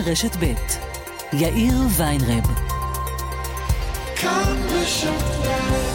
ברשת ב' יאיר ויינרב. כאן רשת ב'.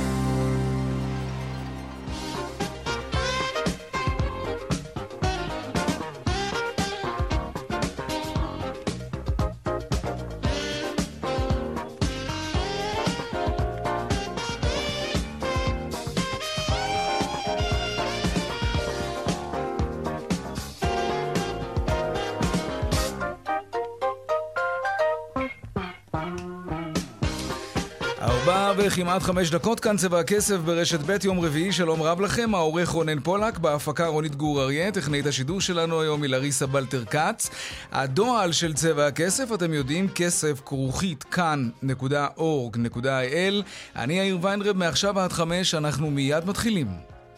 וכמעט 5 דקות, כאן צבע הכסף ברשת ב' יום רביעי. שלום רב לכם, העורך רונן פולק, בהפקה רונית גור אריה, טכנאית השידור שלנו היום היא לריסה בלטר קץ. הדואל של צבע הכסף, אתם יודעים, כסף כרוכית כאן.org.il. אני יאיר ויינרב, מעכשיו עד 5 אנחנו מיד מתחילים.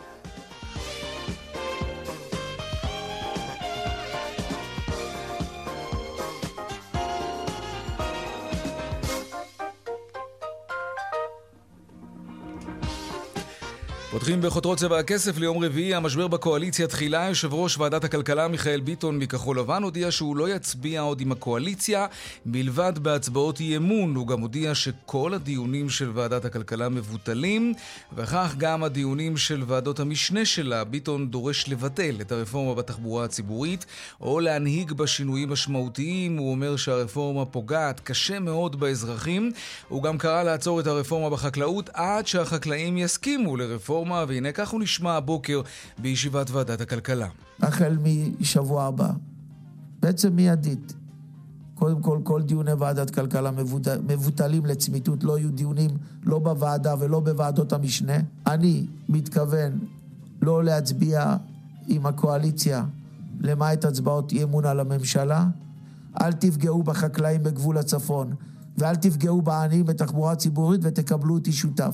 פותחים בחותרות צבע הכסף ליום רביעי. המשבר בקואליציה תחילה. יושב ראש ועדת הכלכלה מיכאל ביטון מכחול לבן הודיע שהוא לא יצביע עוד עם הקואליציה מלבד בהצבעות אי אמון. הוא גם הודיע שכל הדיונים של ועדת הכלכלה מבוטלים, וכך גם הדיונים של ועדות המשנה שלה. ביטון דורש לבטל את הרפורמה בתחבורה הציבורית או להנהיג בה שינויים משמעותיים. הוא אומר שהרפורמה פוגעת קשה מאוד באזרחים. הוא גם קרא לעצור את הרפורמה בחקלאות עד שהחקלאים יסכימו לרפורמה, והנה כך הוא נשמע הבוקר בישיבת ועדת הכלכלה. החל משבוע הבא, בעצם מיידית, קודם כל דיוני ועדת כלכלה מבוטלים לצמיתות, לא יהיו דיונים לא בוועדה ולא בוועדות המשנה. אני מתכוון לא להצביע עם הקואליציה למעט הצבעות אי אמון על הממשלה. אל תפגעו בחקלאים בגבול הצפון, ואל תפגעו בעניים בתחבורה ציבורית, ותקבלו אותי שותף.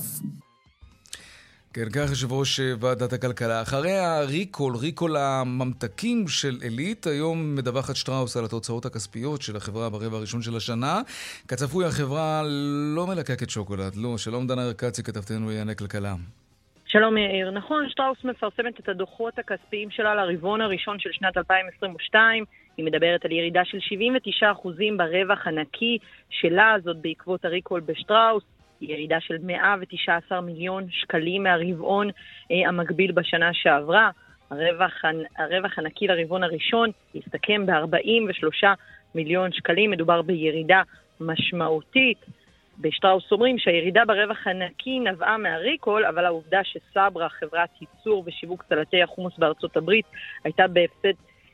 כן, כך יושב ראש ועדת הכלכלה. אחרי ריקול הממתקים של אלית, היום מדווחת שטראוס על התוצאות הכספיות של החברה ברבע הראשון של השנה. כצפוי, החברה לא מלקקת שוקולד. לא, שלום דנה ארקצי, כתבתנו לענייני כלכלה. שלום יאיר. נכון, שטראוס מפרסמת את הדוחות הכספיים שלה לרבעון הראשון של שנת 2022. היא מדברת על ירידה של 79% ברווח הנקי שלה, זאת בעקבות הריקול בשטראוס. ירידה של 119 מיליון שקלים מהרבעון המקביל בשנה שעברה. הרווח הנקי לרבעון הראשון הסתכם ב-43 מיליון שקלים. מדובר בירידה משמעותית. בשטראוס אומרים שהירידה ברווח הנקי נבעה מהריקול, אבל העובדה שסברה, חברת ייצור ושיווק סלטי החומוס בארצות הברית, הייתה בהפסד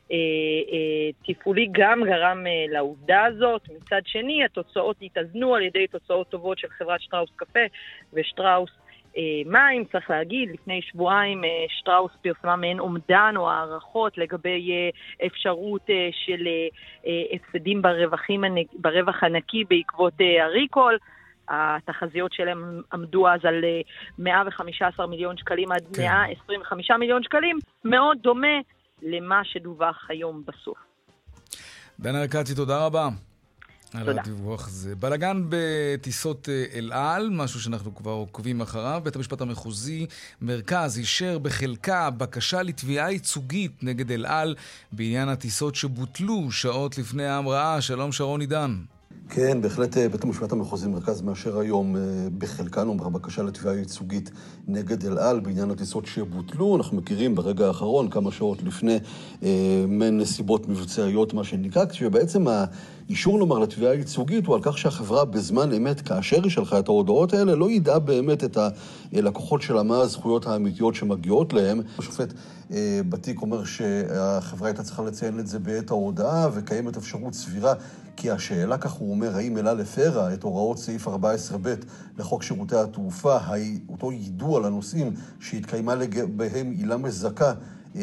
תפעולי, גם גרם לעובדה הזאת. מצד שני, התוצאות התאזנו על ידי תוצאות טובות של חברת שטראוס קפה ושטראוס מים. צריך להגיד, לפני שבועיים שטראוס פרסמה מעין אומדן או הערכות לגבי אפשרות של הפסדים ברווח הנקי בעקבות הריקול. התחזיות שלהם עמדו אז על 115 מיליון שקלים עד 125 מיליון שקלים, מאוד דומה למה שדווח היום בסוף. דנה ארקצי, תודה רבה. תודה. על הדיווח הזה. בלגן בטיסות אל על, משהו שאנחנו כבר עוקבים אחריו. בית המשפט המחוזי מרכז אישר בחלקה בקשה לתביעה ייצוגית נגד אל על בעניין הטיסות שבוטלו שעות לפני ההמראה. שלום שרון עידן. כן, בהחלט בית המשפט המחוזי מרכז מאשר היום בחלקן בקשה לתביעה ייצוגית נגד אל על בעניין הטיסות שבוטלו. אנחנו מכירים ברגע האחרון, כמה שעות לפני, נסיבות מבצעיות מה שנקרא, כשבעצם האישור נאמר לתביעה ייצוגית הוא על כך שהחברה בזמן אמת, כאשר היא שלחה את ההודעות האלה, לא ידעה באמת את הלקוחות שלה מה הזכויות האמיתיות שמגיעות להם. השופט בתיק אומר שהחברה הייתה צריכה לציין את זה בעת ההודעה, וקיימת אפשרות סבירה, כי השאלה, כך הוא אומר, האם אל על הפרה את הוראות סעיף 14ב לחוק שירותי התעופה, אותו יידוע לנוסעים שהתקיימה לגביהם עילה מזכה,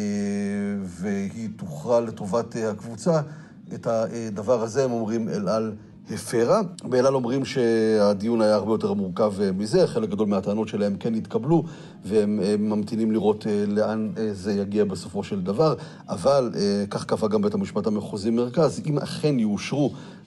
והיא תוכרע לטובת הקבוצה. את הדבר הזה הם אומרים אל על הפרה. באל על אומרים שהדיון היה הרבה יותר מורכב מזה, חלק גדול מהטענות שלהם כן התקבלו, והם ממתינים לראות לאן זה יגיע בסופו של דבר, אבל כך קבע גם בית המשפט המחוזי מרכז, אם אכן יאושרו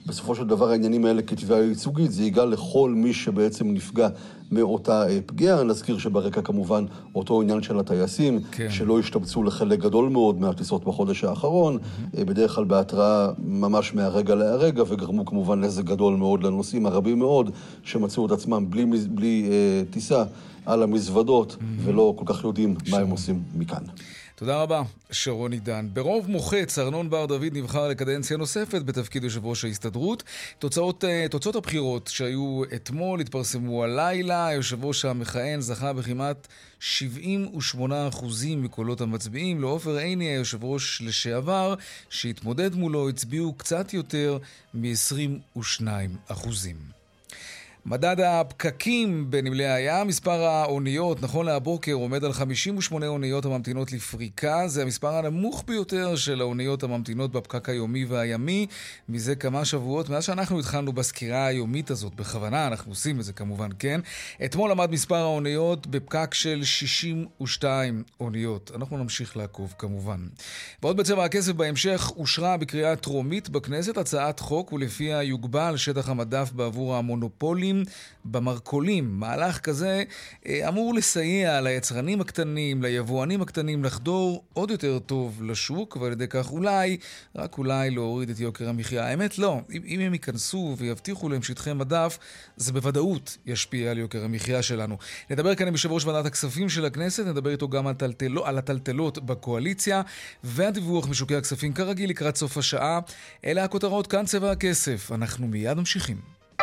בסופו של דבר העניינים האלה כתביעה ייצוגית, זה ייגע לכל מי שבעצם נפגע מאותה פגיעה. נזכיר שברקע כמובן אותו עניין של הטייסים, שלא השתבצו לחלק גדול מאוד מהטיסות בחודש האחרון, בדרך כלל בהתראה ממש מהרגע להרגע, וגרמו כמובן נזק גדול מאוד לנוסעים הרבים מאוד, שמצאו את עצמם בלי טיסה על המזוודות, ולא כל כך יודעים מה הם עושים מכאן. תודה רבה, שרון עידן. ברוב מוחץ, ארנון בר דוד נבחר לקדנציה נוספת בתפקיד יושב ראש ההסתדרות. תוצאות הבחירות שהיו אתמול התפרסמו הלילה. היושב ראש המכהן זכה בכמעט 78% מקולות המצביעים. לעופר עיני, היושב ראש לשעבר, שהתמודד מולו, הצביעו קצת יותר מ-22%. מדד הפקקים בנמלי הים, מספר האוניות נכון להבוקר עומד על 58 אוניות הממתינות לפריקה. זה המספר הנמוך ביותר של האוניות הממתינות בפקק היומי והימי מזה כמה שבועות, מאז שאנחנו התחלנו בסקירה היומית הזאת. בכוונה אנחנו עושים את זה כמובן, כן. אתמול עמד מספר האוניות בפקק של 62 אוניות. אנחנו נמשיך לעקוב כמובן. ועוד בצבע הכסף בהמשך אושרה בקריאה טרומית בכנסת הצעת חוק ולפיה יוגבל שטח המדף בעבור המונופולים במרכולים. מהלך כזה אמור לסייע ליצרנים הקטנים, ליבואנים הקטנים לחדור עוד יותר טוב לשוק, ועל ידי כך אולי, רק אולי להוריד את יוקר המחיה. האמת לא, אם הם ייכנסו ויבטיחו להם שטחי מדף, זה בוודאות ישפיע על יוקר המחיה שלנו. נדבר כאן עם יושב ראש ועדת הכספים של הכנסת, נדבר איתו גם על הטלטלות בקואליציה, והדיווח משוקי הכספים כרגיל לקראת סוף השעה. אלה הכותרות, כאן צבע הכסף. אנחנו מיד ממשיכים.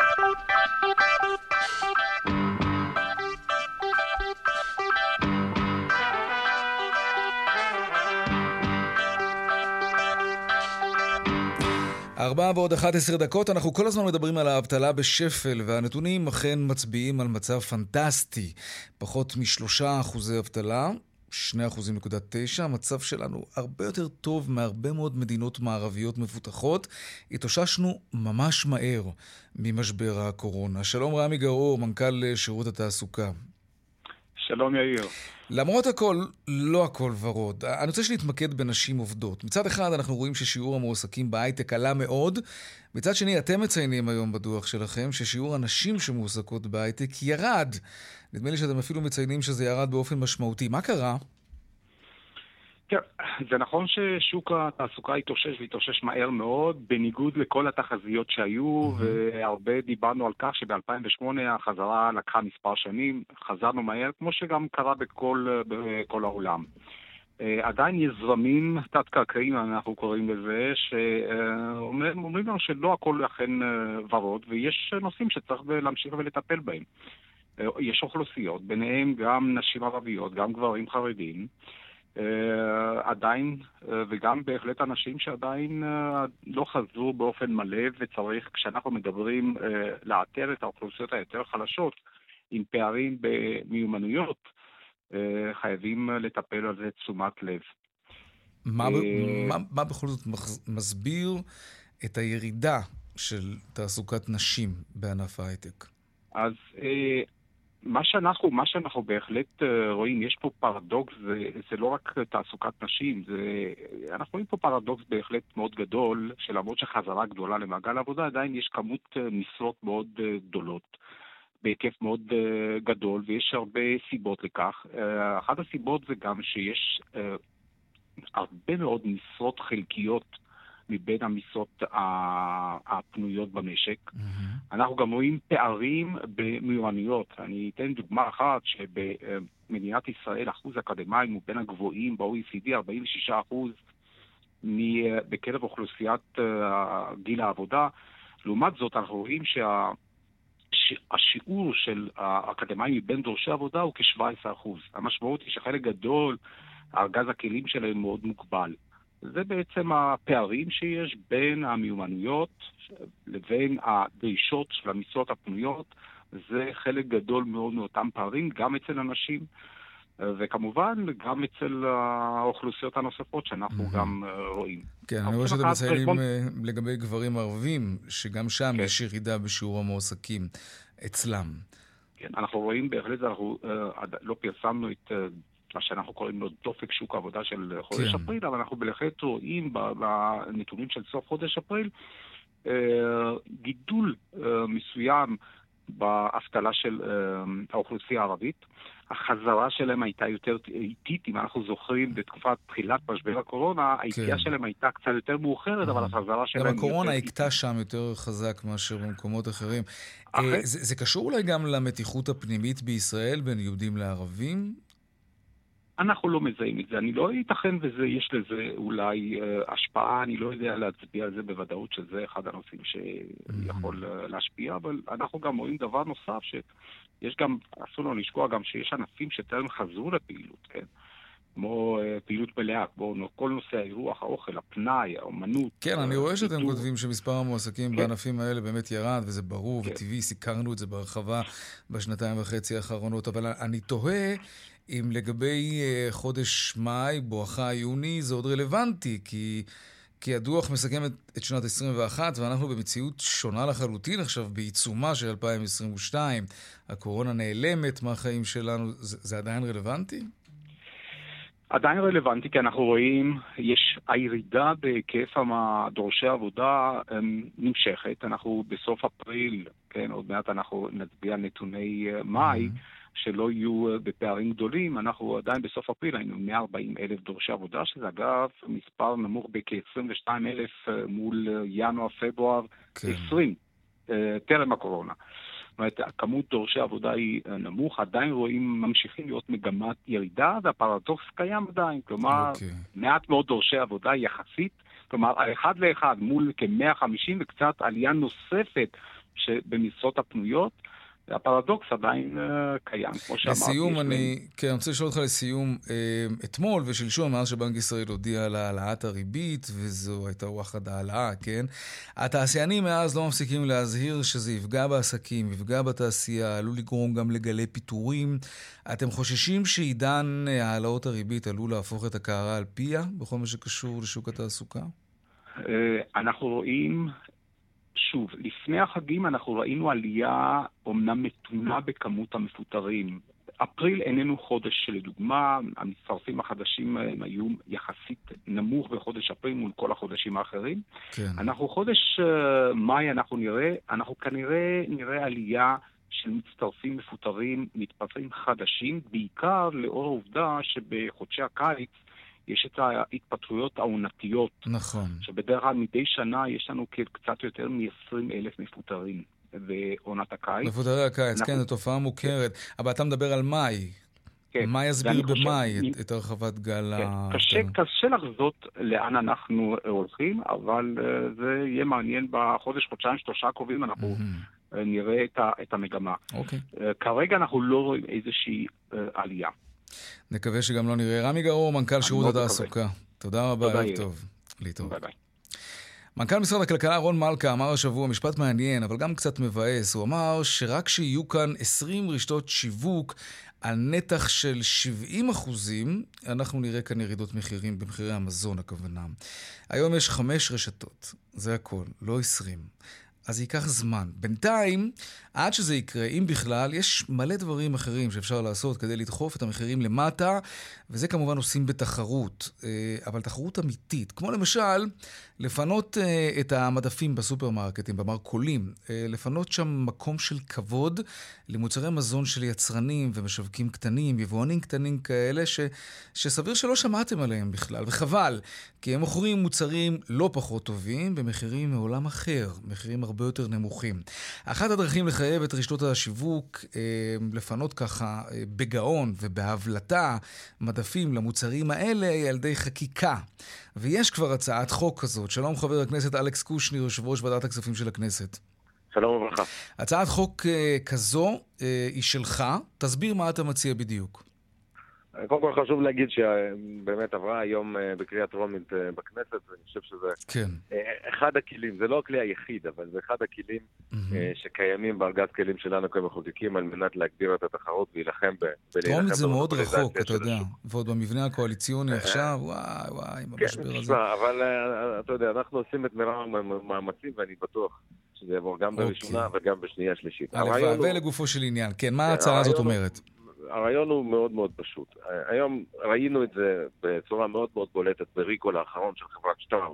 4:11. אנחנו כל הזמן מדברים על האבטלה בשפל, והנתונים אכן מצביעים על מצב פנטסטי. פחות מ3% אבטלה, 2.9%. המצב שלנו הרבה יותר טוב מהרבה מאוד מדינות מערביות מפותחות. התאוששנו ממש מהר ממשבר הקורונה. שלום רמי גאור, מנכ"ל שירות התעסוקה. שלום יאיר. למרות הכל, לא הכל ורוד. אני רוצה שנתמקד בנשים עובדות. מצד אחד אנחנו רואים ששיעור המועסקים בהייטק עלה מאוד. מצד שני, אתם מציינים היום בדוח שלכם ששיעור הנשים שמועסקות בהייטק ירד. נדמה לי שאתם אפילו מציינים שזה ירד באופן משמעותי. מה קרה? כן, זה נכון ששוק התעסוקה התאושש מהר מאוד, בניגוד לכל התחזיות שהיו, והרבה דיברנו על כך שב-2008 החזרה לקחה מספר שנים, חזרנו מהר, כמו שגם קרה בכל העולם. עדיין יש זרמים תת-קרקעיים, אנחנו קוראים לזה, שאומרים לנו שלא הכל אכן ורוד, ויש נושאים שצריך להמשיך ולטפל בהם. יש אוכלוסיות, ביניהם גם נשים ערביות, גם גברים חרדים, עדיין, וגם בהחלט אנשים שעדיין לא חזרו באופן מלא, וצריך, כשאנחנו מדברים לאתר את האוכלוסיות היותר חלשות עם פערים במיומנויות, חייבים לטפל על זה תשומת לב. מה בכל זאת מסביר את הירידה של תעסוקת נשים בענף ההייטק? אז מה שאנחנו בהחלט רואים, יש פה פרדוקס, זה לא רק תעסוקת נשים, אנחנו רואים פה פרדוקס בהחלט מאוד גדול, שלמרות שחזרה גדולה למעגל העבודה, עדיין יש כמות משרות מאוד גדולות, בהיקף מאוד גדול, ויש הרבה סיבות לכך. אחת הסיבות זה גם שיש הרבה מאוד משרות חלקיות, מבין המשרות הפנויות במשק. אנחנו גם רואים פערים במיומנויות. אני אתן דוגמה אחת, שבמדינת ישראל אחוז אקדמיים הוא בין הגבוהים ב-OECD, 46% בקרב אוכלוסיית גיל העבודה. לעומת זאת, אנחנו רואים שהשיעור של האקדמיים מבין דורשי עבודה הוא כ-17%. המשמעות היא שחלק גדול, ארגז הכלים שלהם מאוד מוגבל. זה בעצם הפערים שיש בין המיומנויות לבין הדרישות של המשרות הפנויות. זה חלק גדול מאוד מאותם פערים, גם אצל אנשים, וכמובן גם אצל האוכלוסיות הנוספות שאנחנו גם רואים. כן, אני רואה שאתם מציינים לגבי גברים ערבים, שגם שם יש ירידה בשיעור המועסקים אצלם. כן, אנחנו רואים בהחלט, אנחנו לא פרסמנו את מה שאנחנו קוראים לו דופק שוק העבודה של חודש אפריל, אבל אנחנו בהחלט רואים בנתונים של סוף חודש אפריל גידול מסוים באבטלה של האוכלוסייה הערבית. החזרה שלהם הייתה יותר איטית, אם אנחנו זוכרים, בתקופת תחילת משבר הקורונה, היציאה שלהם הייתה קצת יותר מאוחרת, אבל החזרה שלהם... גם הקורונה הכתה שם יותר חזק מאשר במקומות אחרים. זה קשור אולי גם למתיחות הפנימית בישראל בין יהודים לערבים? אנחנו לא מזהים את זה. אני לא ייתכן וזה, יש לזה אולי השפעה, אני לא יודע להצביע על זה בוודאות, שזה אחד הנושאים שיכול להשפיע, אבל אנחנו גם רואים דבר נוסף, שיש גם, אסור לו לשכוח גם שיש ענפים שטרם חזרו לפעילות, כן? כמו פעילות מלאה, כמו כל נושא האירוח, האוכל, הפנאי, האומנות. כן, אני רואה שאתם כותבים שמספר המועסקים בענפים האלה באמת ירד, וזה ברור, וטבעי, סיכרנו את זה בהרחבה בשנתיים וחצי האחרונות, אבל אני תוהה אם לגבי חודש מאי, בואכה יוני, זה עוד רלוונטי, כי הדוח מסכם את שנת 21, ואנחנו במציאות שונה לחלוטין עכשיו, בעיצומה של 2022. הקורונה נעלמת מהחיים שלנו, זה עדיין רלוונטי? עדיין רלוונטי, כי אנחנו רואים, יש הירידה בהיקף דורשי העבודה נמשכת. אנחנו בסוף אפריל, כן, עוד מעט אנחנו נצביע נתוני מאי, שלא יהיו בפערים גדולים. אנחנו עדיין בסוף אפריל היינו 140,000 דורשי עבודה, שזה אגב מספר נמוך בכ-22,000 מול ינואר, פברואר 20, טרם הקורונה. זאת אומרת, כמות דורשי עבודה היא נמוך, עדיין רואים, ממשיכים להיות מגמת ירידה, והפרדוקס קיים עדיין, כלומר, מעט מאוד דורשי עבודה יחסית, כלומר, אחד לאחד מול כ-150 וקצת עלייה נוספת במשרות הפנויות, הפרדוקס עדיין קיים, כמו שאמרתי. לסיום, אני רוצה לשאול אותך לסיום, אתמול ושלשום, מאז שבנק ישראל הודיע על העלאת הריבית, וזו הייתה וואחד העלאה, כן? התעשיינים מאז לא מפסיקים להזהיר שזה יפגע בעסקים, יפגע בתעשייה, עלול לגרום גם לגלי פיטורים. אתם חוששים שעידן העלאות הריבית עלול להפוך את הקערה על פיה, בכל מה שקשור לשוק התעסוקה? אנחנו רואים... שוב, לפני החגים אנחנו ראינו עלייה אומנם מתונה בכמות המפוטרים. אפריל איננו חודש שלדוגמה, המצטרפים החדשים היו יחסית נמוך בחודש אפריל מול כל החודשים האחרים. כן. אנחנו חודש מאי אנחנו כנראה נראה עלייה של מצטרפים מתפטרים חדשים, בעיקר לאור העובדה שבחודשי הקיץ יש את ההתפטרויות העונתיות. נכון. שבדרך כלל מדי שנה יש לנו קצת יותר מ-20,000 מפוטרים בעונת הקיץ. מפוטרי הקיץ, כן, זו תופעה מוכרת. אבל אתה מדבר על מאי. כן. מה יסביר במאי את הרחבת גל קשה לחזות לאן אנחנו הולכים, אבל זה יהיה מעניין בחודש, חודשיים, 3 הקרובים, אנחנו נראה את המגמה. כרגע אנחנו לא רואים איזושהי עלייה. נקווה שגם לא נראה. רמי גאור, מנכ"ל שירות התעסוקה. תודה רבה, ערב טוב. להתראות. ביי ביי. מנכ"ל משרד הכלכלה רון מלכה אמר השבוע משפט מעניין, אבל גם קצת מבאס. הוא אמר שרק שיהיו כאן 20 רשתות שיווק על נתח של 70%, אנחנו נראה כאן ירידות מחירים במחירי המזון, הכוונה. היום יש 5 רשתות, זה הכל, לא 20. אז ייקח זמן. בינתיים, עד שזה יקרה, אם בכלל, יש מלא דברים אחרים שאפשר לעשות כדי לדחוף את המחירים למטה, וזה כמובן עושים בתחרות, אבל תחרות אמיתית. כמו למשל, לפנות את המדפים בסופרמרקטים, במרקולים, לפנות שם מקום של כבוד למוצרי מזון של יצרנים ומשווקים קטנים, יבואנים קטנים כאלה, שסביר שלא שמעתם עליהם בכלל, וחבל, כי הם מוכרים מוצרים לא פחות טובים, במחירים מעולם אחר, מחירים הרבה יותר נמוכים. אחת הדרכים לחייב את רשתות השיווק, לפנות ככה בגאון ובהבלטה מדפים למוצרים האלה, היא על ידי חקיקה. ויש כבר הצעת חוק כזאת. שלום חבר הכנסת אלכס קושניר, יושב ראש ועדת הכספים של הכנסת. שלום וברכה. הצעת חוק כזו היא שלך. תסביר מה אתה מציע בדיוק. קודם כל חשוב להגיד שבאמת עברה היום בקריאה טרומית בכנסת, ואני חושב שזה אחד הכלים, זה לא הכלי היחיד, אבל זה אחד הכלים שקיימים בארגז כלים שלנו כמחוקקים על מנת להגביר את התחרות ולהילחם טרומית זה מאוד רחוק, אתה יודע, ועוד במבנה הקואליציוני עכשיו, וואי, עם המשבר הזה. אבל אתה יודע, אנחנו עושים את מרב המאמצים, ואני בטוח שזה יעבור גם בראשונה וגם בשנייה שלישית. ולגופו של עניין, כן, מה ההצעה הזאת אומרת? הרעיון הוא מאוד מאוד פשוט. היום ראינו את זה בצורה מאוד מאוד בולטת בריקול האחרון של חברת שטראוס.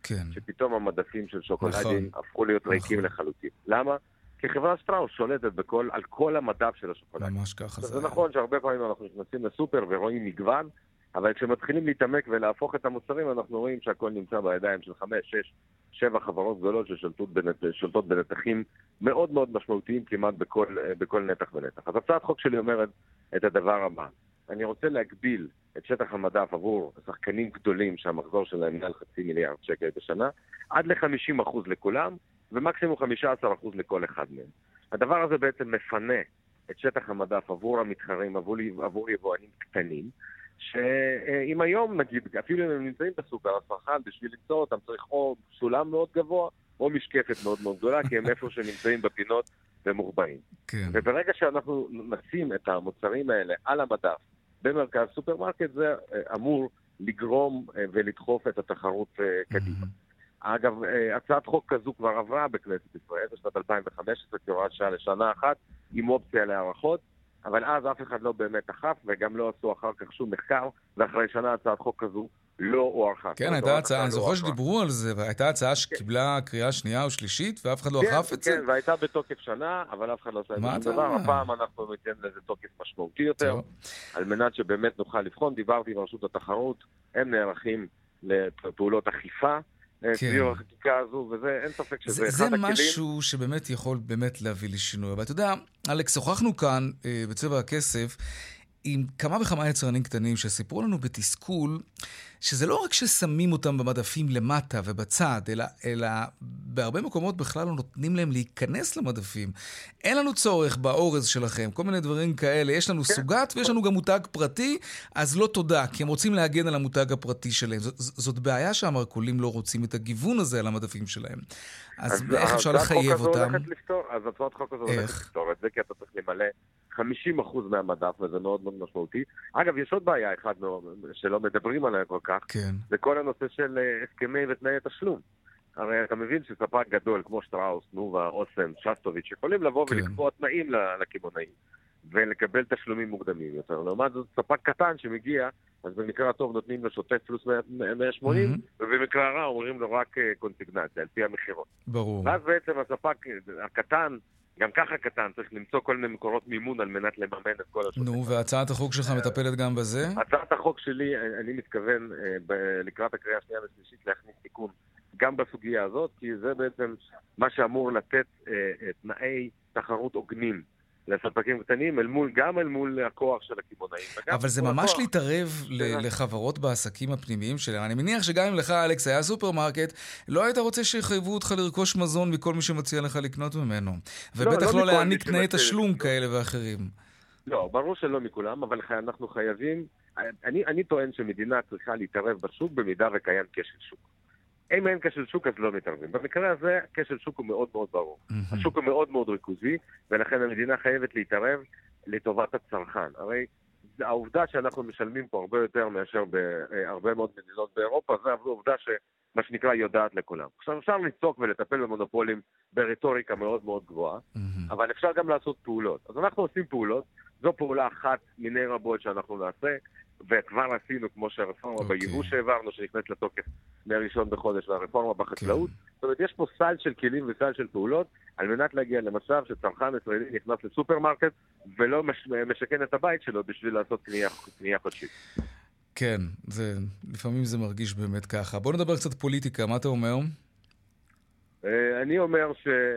שפתאום המדפים של שוקולדים הפכו להיות ריקים לחלוטין. למה? כי חברה שטראוס שולטת על כל המדף של השוקולד. ממש ככה. זה נכון שהרבה פעמים אנחנו נכנסים לסופר ורואים מגוון, אבל כשמתחילים להתעמק ולהפוך את המוצרים, אנחנו רואים שהכל נמצא בידיים של 5, 6, 7 חברות גדולות ששולטות בנתחים מאוד מאוד משמעותיים כמעט בכל נתח ונתח. אז הצעת חוק שלי אומרת את הדבר הבא. אני רוצה להגביל את שטח המדף עבור שחקנים גדולים שהמחזור שלהם מעל 500 מיליארד שקל בשנה, עד ל-50% לכולם, ומקסימום 15% לכל אחד מהם. הדבר הזה בעצם מפנה את שטח המדף עבור המתחרים, עבור יבואנים קטנים, שאם היום נגיד, אפילו אם הם נמצאים בסופר, הצרכן בשביל למצוא אותם צריך או סולם מאוד גבוה, או משקפת מאוד מאוד גדולה, כי הם איפה שנמצאים בפינות ומוחבאים. כן. וברגע שאנחנו נשים את המוצרים האלה על המדף במרכז סופרמרקט, זה אמור לגרום ולדחוף את התחרות קדימה. אגב, הצעת חוק כזו כבר עברה בכנסת ישראל בשנת 2015, כהוראת שעה לשנה אחת, עם אופציה להערכות, אבל אז אף אחד לא באמת אכף, וגם לא עשו אחר כך שום מחקר, ואחרי שנה הצעת חוק כזו לא הוארכה. כן, הייתה הצעה, אני זוכר שדיברו על זה, והייתה הצעה שקיבלה קריאה שנייה או שלישית, ואף אחד לא אכף את זה? כן, והייתה בתוקף שנה, אבל אף אחד לא עושה את זה דבר. הפעם אנחנו ניתן לזה תוקף משמעותי יותר, על מנת שבאמת נוכל לבחון. דיברתי עם רשות התחרות, הם נערכים לפעולות אכיפה, סביב החקיקה הזו, וזה, אין ספק שזה אחד הכלים. זה משהו שבאמת יכול באמת להביא לשינוי. אבל אתה יודע, אלכס, שוחחנו כאן בצבע הכסף עם כמה וכמה יצרנים קטנים שסיפרו לנו בתסכול שזה לא רק ששמים אותם במדפים למטה ובצד, אלא בהרבה מקומות בכלל לא נותנים להם להיכנס למדפים. אין לנו צורך באורז שלכם, כל מיני דברים כאלה. יש לנו סוגת ויש לנו גם מותג פרטי, אז לא תודה, כי הם רוצים להגן על המותג הפרטי שלהם. זאת בעיה שהמרכולים לא רוצים את הגיוון הזה על המדפים שלהם. אז איך אפשר לחייב אותם? אז הצעת חוק הזו הולכת לפתור את זה, כי אתה צריך למלא 50% מהמדף, וזה מאוד מאוד משמעותי. אגב, יש עוד בעיה אחד שלא מדברים עליה כל כך, זה כל הנושא של הסכמי ותנאי תשלום. הרי אתה מבין שספק גדול כמו שטראוס, נובה, אוסם, שסטוביץ' יכולים לבוא ולקבוע תנאים לקמעונאים ולקבל תשלומים מוקדמים יותר. לעומת זאת, ספק קטן שמגיע, אז במקרה הטוב נותנים לו שוטף פלוס 180, ובמקרה הרע אומרים לו רק קונסיגנציה, על פי המחירות. ברור. ואז בעצם הספק הקטן, גם ככה קטן, צריך למצוא כל מיני מקורות מימון על מנת לממן את כל השוטף. נו, והצעת החוק שלך מטפלת גם בזה? הצעת החוק שלי, אני מתכוון לקראת הקריאה השנייה ושלישית להכניס תיקון גם בסוגיה הזאת, כי זה בעצם מה שאמור לתת תנאי תחרות עוגנים לספקים קטנים, גם אל מול הכוח של הכימונאים. אבל זה ממש להתערב לחברות בעסקים הפנימיים שלהם. אני מניח שגם אם לך, אלכס, היה סופרמרקט, לא היית רוצה שיחייבו אותך לרכוש מזון מכל מי שמציע לך לקנות ממנו. ובטח לא להעניק תנאי תשלום כאלה ואחרים. לא, ברור שלא מכולם, אבל אנחנו חייבים, אני טוען שמדינה צריכה להתערב בשוק במידה וקיים כשל שוק. אם אין כשל שוק, אז לא מתערבים. במקרה הזה, כשל שוק הוא מאוד מאוד ברור. השוק הוא מאוד מאוד ריכוזי, ולכן המדינה חייבת להתערב לטובת הצרכן. הרי העובדה שאנחנו משלמים פה הרבה יותר מאשר בהרבה מאוד מדינות באירופה, זה עובדה שמה שנקרא יודעת לכולם. עכשיו אפשר לצעוק ולטפל במונופולים ברטוריקה מאוד מאוד גבוהה, אבל אפשר גם לעשות פעולות. אז אנחנו עושים פעולות, זו פעולה אחת מיני רבות שאנחנו נעשה, וכבר עשינו כמו שהרפורמה ביבוא שהעברנו, שנכנס לתוקף מהראשון בחודש, והרפורמה בחקלאות. זאת אומרת, יש פה סל של כלים וסל של פעולות, על מנת להגיע למצב שצרכן ישראלי נכנס לסופרמרקט, ולא משכן את הבית שלו בשביל לעשות קנייה חודשית. כן, לפעמים זה מרגיש באמת ככה. בוא נדבר קצת פוליטיקה, מה אתה אומר? אני אומר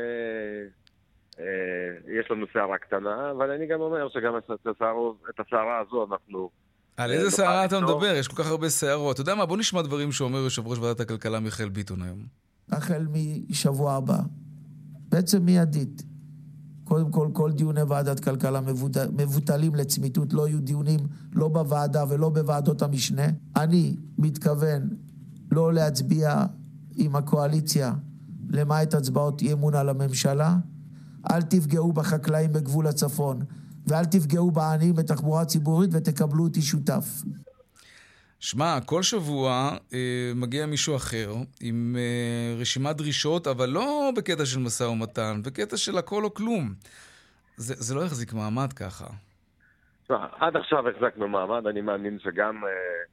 יש לנו שערה קטנה, אבל אני גם אומר שגם את השערה הזו אנחנו... על איזה שערה אתה מדבר? יש כל כך הרבה שערות. אתה יודע מה? בוא נשמע דברים שאומר יושב ראש ועדת הכלכלה מיכאל ביטון היום. החל משבוע הבא, בעצם מיידית. קודם כל דיוני ועדת כלכלה מבוטלים לצמיתות, לא יהיו דיונים לא בוועדה ולא בוועדות המשנה. אני מתכוון לא להצביע עם הקואליציה למעט הצבעות אי אמון על הממשלה. אל תפגעו בחקלאים בגבול הצפון, ואל תפגעו בעניים בתחבורה ציבורית, ותקבלו אותי שותף. שמע, כל שבוע מגיע מישהו אחר עם רשימת דרישות, אבל לא בקטע של משא ומתן, בקטע של הכל או כלום. זה לא יחזיק מעמד ככה. עד עכשיו החזקנו מעמד, אני מאמין שגם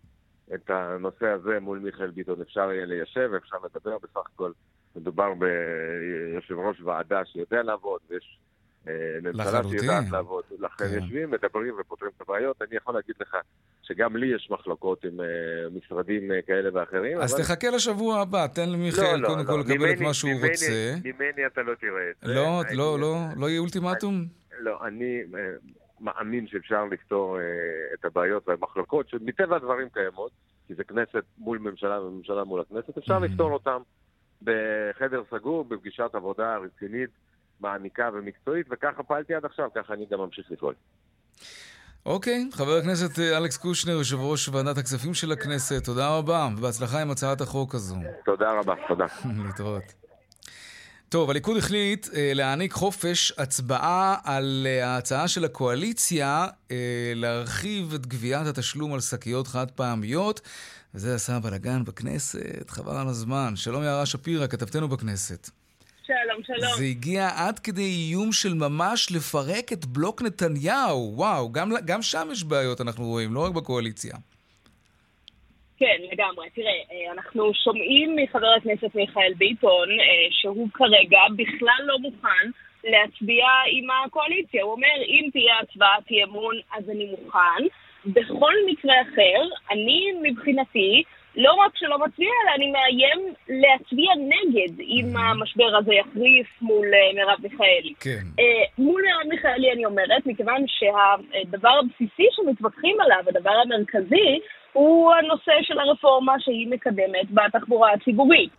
את הנושא הזה מול מיכאל ביטון אפשר יהיה ליישב, אפשר לדבר. בסך הכל מדובר ביושב ראש ועדה שיודע לעבוד, ויש ממשלה שיודעת לעבוד. לכן יושבים, מדברים ופותרים את הבעיות. אני יכול להגיד לך שגם לי יש מחלוקות עם משרדים כאלה ואחרים. אז תחכה לשבוע הבא, תן למיכאל קודם כל לקבל את מה שהוא רוצה. ממני אתה לא תראה את זה. לא יהיה אולטימטום? לא, אני מאמין שאפשר לפתור את הבעיות והמחלוקות, שמטבע הדברים קיימות, כי זה כנסת מול ממשלה וממשלה מול הכנסת, אפשר לפתור אותם בחדר סגור, בפגישת עבודה רצינית, מעמיקה ומקצועית, וככה פעלתי עד עכשיו, ככה אני גם ממשיך לפעול. אוקיי, חבר הכנסת אלכס קושנר, יושב ראש ועדת הכספים של הכנסת, תודה רבה, ובהצלחה עם הצעת החוק הזו. תודה רבה, תודה. להתראות. טוב, הליכוד החליט להעניק חופש הצבעה על ההצעה של הקואליציה להרחיב את גביית התשלום על שקיות חד פעמיות, וזה עשה בלגן בכנסת, חבל על הזמן. שלום יערה שפירא, כתבתנו בכנסת. שלום, שלום. זה הגיע עד כדי איום של ממש לפרק את בלוק נתניהו. וואו, גם שם יש בעיות אנחנו רואים, לא רק בקואליציה. כן, לגמרי. תראה, אנחנו שומעים מחבר הכנסת מיכאל ביטון שהוא כרגע בכלל לא מוכן להצביע עם הקואליציה. הוא אומר, אם תהיה הצבעת אי-אמון, אז אני מוכן. בכל מקרה אחר, אני מבחינתי לא רק שלא מצביע, אלא אני מאיים להצביע נגד אם המשבר הזה יחריף מול מרב מיכאלי. כן. מול מרב מיכאלי אני אומרת, מכיוון שהדבר הבסיסי שמתווכחים עליו, הדבר המרכזי, הוא הנושא של הרפורמה שהיא מקדמת בתחבורה הציבורית.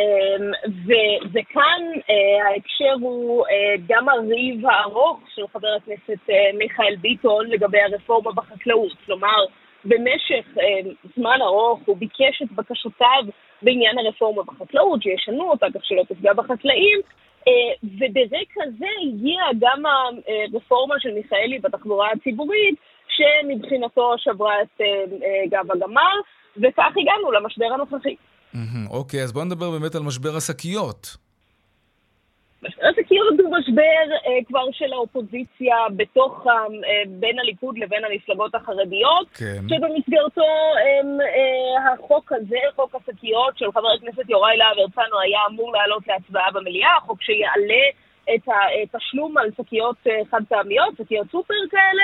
וכאן ההקשר הוא גם הריב הארוך של חבר הכנסת מיכאל ביטון לגבי הרפורמה בחקלאות. כלומר, במשך זמן ארוך הוא ביקש את בקשותיו בעניין הרפורמה בחקלאות, שישנו אותה כך שלא תפגע בחקלאים, וברקע זה הגיעה גם הרפורמה של מיכאלי בתחבורה הציבורית, שמבחינתו שברה את גב הגמל, וכך הגענו למשבר הנוכחי. אוקיי, אז בואו נדבר באמת על משבר השקיות. משבר השקיות הוא משבר כבר של האופוזיציה בתוך, בין הליכוד לבין המפלגות החרדיות, כן. שבמסגרתו החוק הזה, חוק השקיות של חבר הכנסת יוראי להב הרצנו, היה אמור לעלות להצבעה במליאה, החוק שיעלה את התשלום על שקיות חד פעמיות, שקיות סופר כאלה.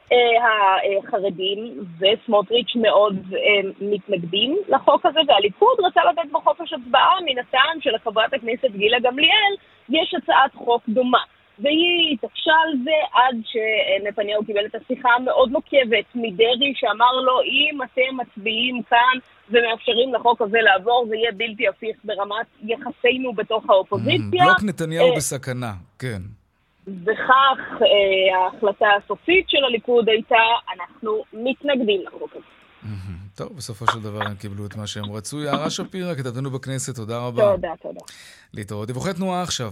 החרדים וסמוטריץ' מאוד מתנגדים לחוק הזה, והליכוד רצה לתת בו חופש הצבעה מן הטעם של חברת הכנסת גילה גמליאל, יש הצעת חוק דומה. והיא התעקשה על זה עד שנתניהו קיבל את השיחה המאוד נוקבת מדרי, שאמר לו, אם אתם מצביעים כאן ומאפשרים לחוק הזה לעבור, זה יהיה בלתי הפיך ברמת יחסינו בתוך האופוזיציה. בלוק נתניהו בסכנה, כן. וכך ההחלטה הסופית של הליכוד הייתה, אנחנו מתנגדים לחוק הזה. טוב, בסופו של דבר הם קיבלו את מה שהם רצו. יערה שפירא, כתבתנו בכנסת, תודה רבה. תודה. להתראות. דיווחי תנועה עכשיו.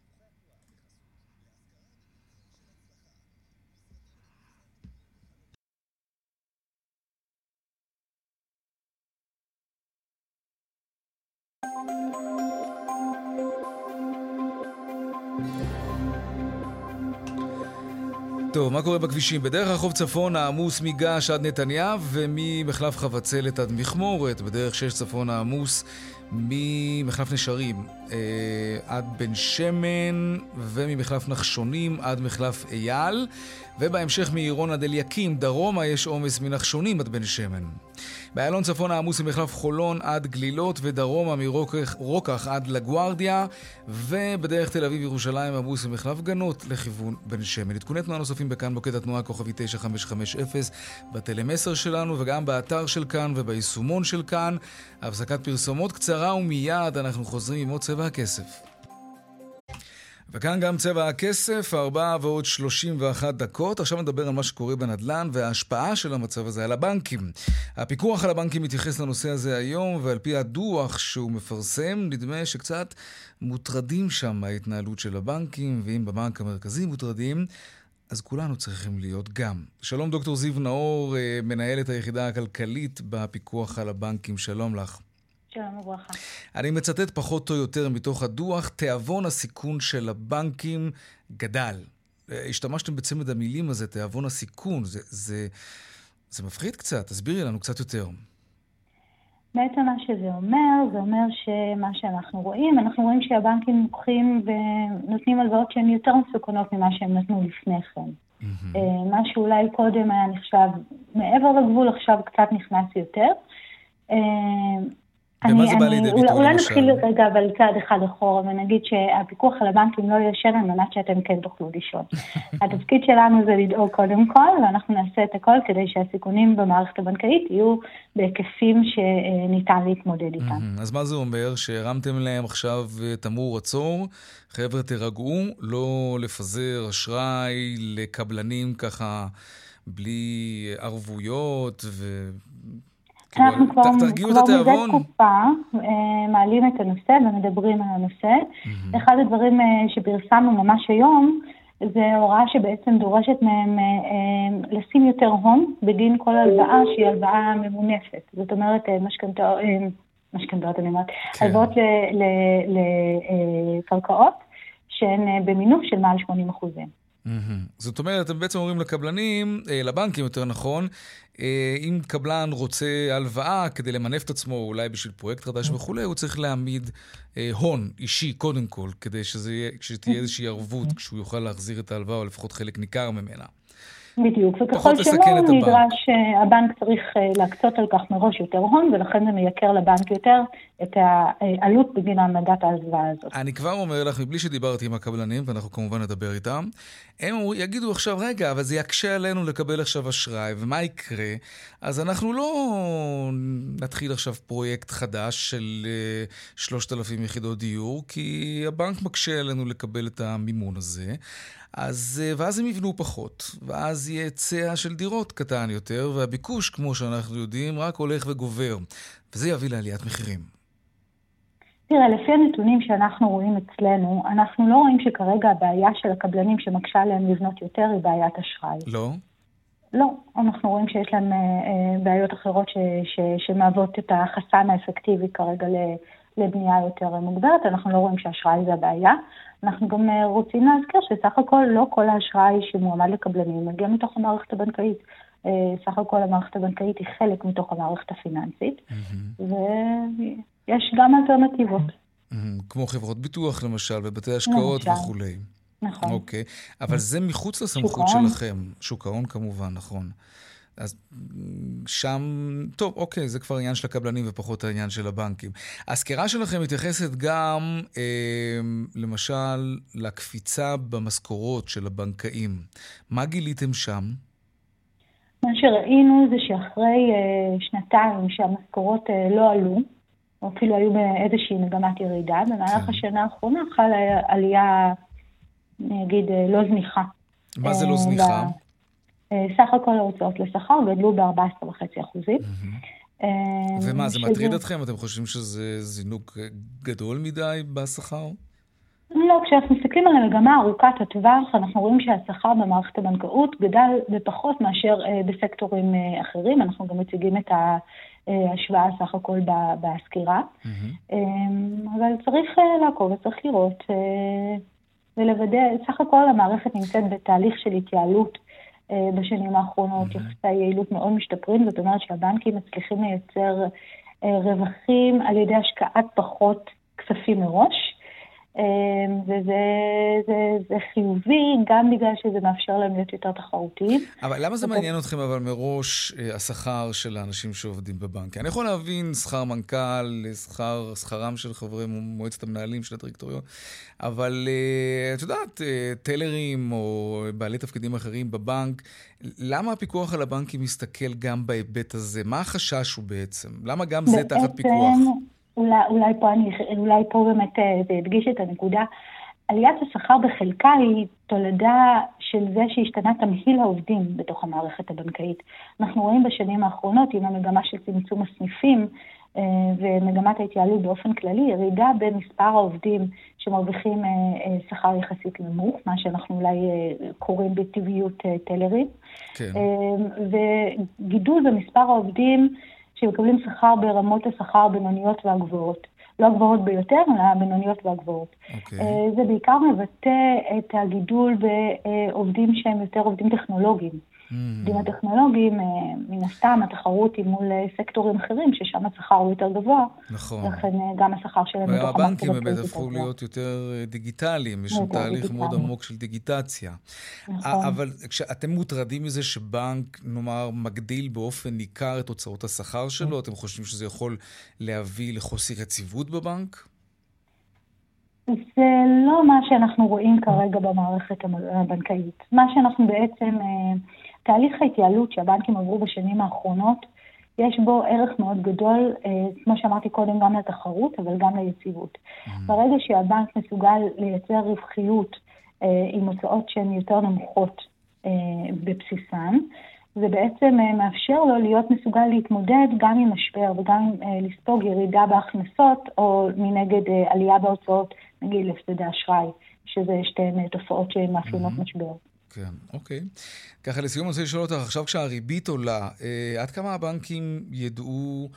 טוב, מה קורה בכבישים? בדרך רחוב צפון העמוס מגש עד נתניה וממחלף חבצלת עד מכמורת. בדרך 6 צפון העמוס ממחלף נשרים עד בן שמן וממחלף נחשונים עד מחלף אייל. ובהמשך מעירון עד אליקים דרומה יש עומס מנחשונים עד בן שמן. באיילון צפון העמוס ממחלף חולון עד גלילות ודרומה מרוקח עד לגוארדיה, ובדרך תל אביב ירושלים עמוס ממחלף גנות לכיוון בן שמן. עדכוני תנועה נוספים בכאן מוקד התנועה כוכבי 9550 בטלמסר שלנו וגם באתר של כאן וביישומון של כאן. הפסקת פרסומות קצרה ומיד אנחנו חוזרים עם עוד צבע הכסף. וכאן גם צבע הכסף, 4:31. עכשיו נדבר על מה שקורה בנדל"ן וההשפעה של המצב הזה על הבנקים. הפיקוח על הבנקים מתייחס לנושא הזה היום, ועל פי הדוח שהוא מפרסם, נדמה שקצת מוטרדים שם מההתנהלות של הבנקים, ואם בבנק המרכזי מוטרדים, אז כולנו צריכים להיות גם. שלום דוקטור זיו נאור, מנהלת היחידה הכלכלית בפיקוח על הבנקים, שלום לך. שלום וברכה. אני מצטט פחות או יותר מתוך הדוח, תיאבון הסיכון של הבנקים גדל. השתמשתם בצמד המילים הזה, תיאבון הסיכון, זה מפחיד קצת, תסבירי לנו קצת יותר. בעצם מה שזה אומר, זה אומר שמה שאנחנו רואים, אנחנו רואים שהבנקים לוקחים ונותנים הלוואות שהן יותר מסוכנות ממה שהם נתנו לפני כן. מה שאולי קודם היה נחשב מעבר לגבול, עכשיו קצת נכנס יותר. במה זה בא לידי ביטוי למשל? אולי נתחיל רגע אבל צעד אחד אחורה, ונגיד שהפיקוח על הבנקים לא ישן על מנת שאתם כן תוכלו לישון. התפקיד שלנו זה לדאוג קודם כל, ואנחנו נעשה את הכל כדי שהסיכונים במערכת הבנקאית יהיו בהיקפים שניתן להתמודד איתם. אז מה זה אומר? שהרמתם להם עכשיו תמרור עצור, חבר'ה תרגעו, לא לפזר אשראי לקבלנים ככה בלי ערבויות אנחנו כבר מזה תקופה מעלים את הנושא ומדברים על הנושא. אחד הדברים שפרסמנו ממש היום, זה הוראה שבעצם דורשת מהם לשים יותר הון בגין כל הלוואה שהיא הלוואה ממונפת. זאת אומרת, משכנתאות, אני אומרת, הלוואות לקרקעות שהן במינוף של מעל 80%. זאת אומרת, אתם בעצם אומרים לקבלנים, לבנקים יותר נכון, אם קבלן רוצה הלוואה כדי למנף את עצמו, אולי בשביל פרויקט חדש וכו', הוא צריך להעמיד הון אישי קודם כל, כדי שתהיה איזושהי ערבות כשהוא יוכל להחזיר את ההלוואה, או לפחות חלק ניכר ממנה. בדיוק, וככל שלא נדרש, הבנק צריך להקצות על כך מראש יותר הון, ולכן זה מייקר לבנק יותר את העלות בגין העמדת ההלוואה הזאת. אני כבר אומר לך, מבלי שדיברתי עם הקבלנים, ואנחנו כמובן נדבר איתם, הם יגידו עכשיו, רגע, אבל זה יקשה עלינו לקבל עכשיו אשראי, ומה יקרה? אז אנחנו לא נתחיל עכשיו פרויקט חדש של 3,000 יחידות דיור, כי הבנק מקשה עלינו לקבל את המימון הזה. ואז הם יבנו פחות, ואז יהיה היצע של דירות קטן יותר, והביקוש, כמו שאנחנו יודעים, רק הולך וגובר, וזה יביא לעליית מחירים. תראה, לפי הנתונים שאנחנו רואים אצלנו, אנחנו לא רואים שכרגע הבעיה של הקבלנים שמקשה עליהם לבנות יותר היא בעיית אשראי. לא? לא, אנחנו רואים שיש להם בעיות אחרות שמהוות את החסם האפקטיבי כרגע לבנייה יותר מוגברת, אנחנו לא רואים שהאשראי זה הבעיה. אנחנו גם רוצים להזכיר שסך הכל לא כל האשראי שמועמד לקבלנים מגיע מתוך המערכת הבנקאית. סך הכל המערכת הבנקאית היא חלק מתוך המערכת הפיננסית, ויש גם אלטרנטיבות. כמו חברות ביטוח למשל, ובתי השקעות וכו'. נכון. אוקיי, אבל זה מחוץ לסמכות שלכם. שוק ההון כמובן, נכון. אז שם, טוב, אוקיי, זה כבר העניין של הקבלנים ופחות העניין של הבנקים. הסקירה שלכם מתייחסת גם, למשל, לקפיצה במשכורות של הבנקאים. מה גיליתם שם? מה שראינו זה שאחרי שנתיים שהמשכורות לא עלו, או אפילו היו באיזושהי מגמת ירידה, במהלך השנה האחרונה חלה עלייה, אני אגיד, לא זניחה. מה זה לא זניחה? סך הכל ההוצאות לשכר גדלו ב-14.5%. ומה, זה מטריד אתכם? אתם חושבים שזה זינוק גדול מדי בשכר? לא, כשאנחנו מסתכלים על המגמה ארוכת הטווח, אנחנו רואים שהשכר במערכת הבנקאות גדל בפחות מאשר בסקטורים אחרים. אנחנו גם מציגים את ההשוואה סך הכל בסקירה. אבל צריך לעקוב וצריך לראות ולוודא, סך הכל המערכת נמצאת בתהליך של התייעלות בשנים האחרונות, יחסי יעילות מאוד משתפרים, זאת אומרת שהבנקים מצליחים לייצר רווחים על ידי השקעת פחות כספים מראש, וזה חיובי גם בגלל שזה מאפשר להם להיות יותר תחרותיים. אבל למה זה מעניין אתכם אבל מראש השכר של האנשים שעובדים בבנק? אני יכול להבין שכר מנכ"ל, שכרם של חברי מועצת המנהלים של הדירקטוריון, אבל את יודעת, טלרים או בעלי תפקידים אחרים בבנק, למה הפיקוח על הבנקים מסתכל גם בהיבט הזה? מה החשש הוא בעצם? למה גם זה תחת פיקוח? אולי פה באמת זה הדגיש את הנקודה. עליית השכר בחלקה היא תולדה של זה שהשתנה תמהיל העובדים בתוך המערכת הבנקאית. אנחנו רואים בשנים האחרונות עם המגמה של צמצום הסניפים ומגמת ההתייעלות באופן כללי, ירידה במספר העובדים שמרוויחים שכר יחסית נמוך, מה שאנחנו אולי קוראים בטבעיות טלרים, כן. וגידול במספר העובדים שמקבלים שכר ברמות השכר הבינוניות והגבוהות. לא הגבוהות ביותר, אלא הבינוניות והגבוהות. זה בעיקר מבטא את הגידול בעובדים שהם יותר עובדים טכנולוגיים. העובדים הטכנולוגיים, מן הסתם התחרות היא מול סקטורים אחרים, ששם השכר הוא יותר גבוה. נכון. לכן גם השכר שלהם בתוך המערכת הבנקים באמת הפכו להיות יותר דיגיטליים, יש שם תהליך מאוד עמוק של דיגיטציה. נכון. אבל כשאתם מוטרדים מזה שבנק, נאמר, מגדיל באופן ניכר את הוצאות השכר שלו, אתם חושבים שזה יכול להביא לחוסר יציבות בבנק? זה לא מה שאנחנו רואים כרגע במערכת הבנקאית. מה שאנחנו בעצם, תהליך ההתייעלות שהבנקים עברו בשנים האחרונות, יש בו ערך מאוד גדול, כמו שאמרתי קודם, גם לתחרות, אבל גם ליציבות. ברגע שהבנק מסוגל לייצר רווחיות עם הוצאות שהן יותר נמוכות בבסיסן, זה בעצם מאפשר לו להיות מסוגל להתמודד גם עם משבר וגם לספוג ירידה בהכנסות או מנגד עלייה בהוצאות, נגיד להפסדי אשראי, שזה שתי תופעות שמאפיינות משבר. כן, אוקיי. ככה לסיום אני רוצה לשאול אותך, עכשיו כשהריבית עולה, עד כמה הבנקים ידעו,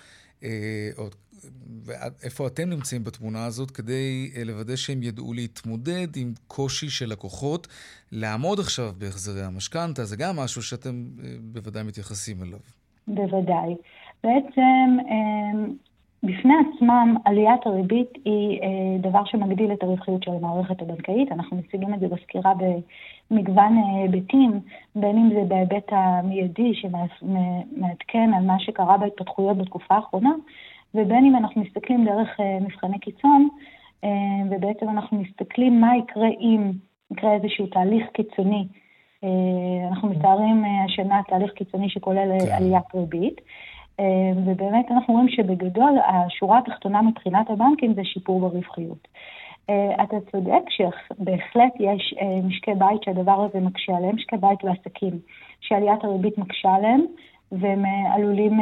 ואיפה אתם נמצאים בתמונה הזאת, כדי לוודא שהם ידעו להתמודד עם קושי של לקוחות, לעמוד עכשיו בהחזרי המשכנתא, זה גם משהו שאתם בוודאי מתייחסים אליו. בוודאי. בעצם, בפני עצמם, עליית הריבית היא דבר שמגדיל את הרווחיות של המערכת הבנקאית. אנחנו מציגים את זה בסקירה במגוון היבטים, בין אם זה בהיבט המיידי שמעדכן על מה שקרה בהתפתחויות בתקופה האחרונה, ובין אם אנחנו מסתכלים דרך מבחני קיצון, ובעצם אנחנו מסתכלים מה יקרה אם יקרה איזשהו תהליך קיצוני. אנחנו מתארים השנה תהליך קיצוני שכולל עליית ריבית, ובאמת אנחנו רואים שבגדול השורה התחתונה מבחינת הבנקים זה שיפור ברווחיות. אתה צודק שבהחלט יש משקי בית שהדבר הזה מקשה עליהם, משקי בית ועסקים שעליית הריבית מקשה עליהם, והם עלולים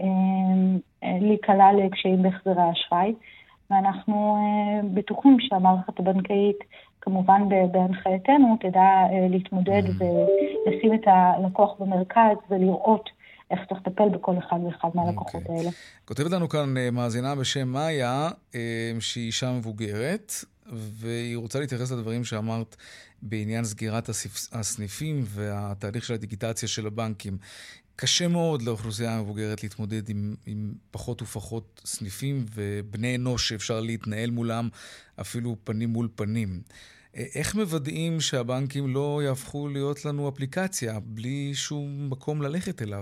להיקלע לקשיים בהחזרי האשראי, ואנחנו בטוחים שהמערכת הבנקאית, כמובן בהנחייתנו, תדע להתמודד ולשים את הלקוח במרכז ולראות איך צריך לטפל בכל אחד ואחד מהלקוחות האלה. כותבת לנו כאן מאזינה בשם מאיה, שהיא אישה מבוגרת, והיא רוצה להתייחס לדברים שאמרת בעניין סגירת הסניפים והתהליך של הדיגיטציה של הבנקים. קשה מאוד לאוכלוסייה המבוגרת להתמודד עם פחות ופחות סניפים ובני אנוש שאפשר להתנהל מולם אפילו פנים מול פנים. איך מוודאים שהבנקים לא יהפכו להיות לנו אפליקציה בלי שום מקום ללכת אליו?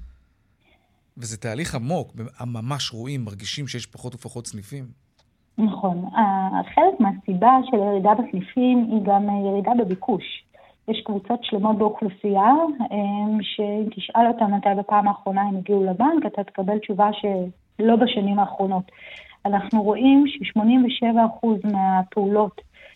וזה תהליך עמוק, ממש רואים, מרגישים שיש פחות ופחות סניפים. נכון. חלק מהסיבה של ירידה בסניפים היא גם ירידה בביקוש. יש קבוצות שלמות באוכלוסייה, שאם תשאל אותם מתי בפעם האחרונה הם הגיעו לבנק, אתה תקבל תשובה שלא בשנים האחרונות. אנחנו רואים ש87% מהפעולות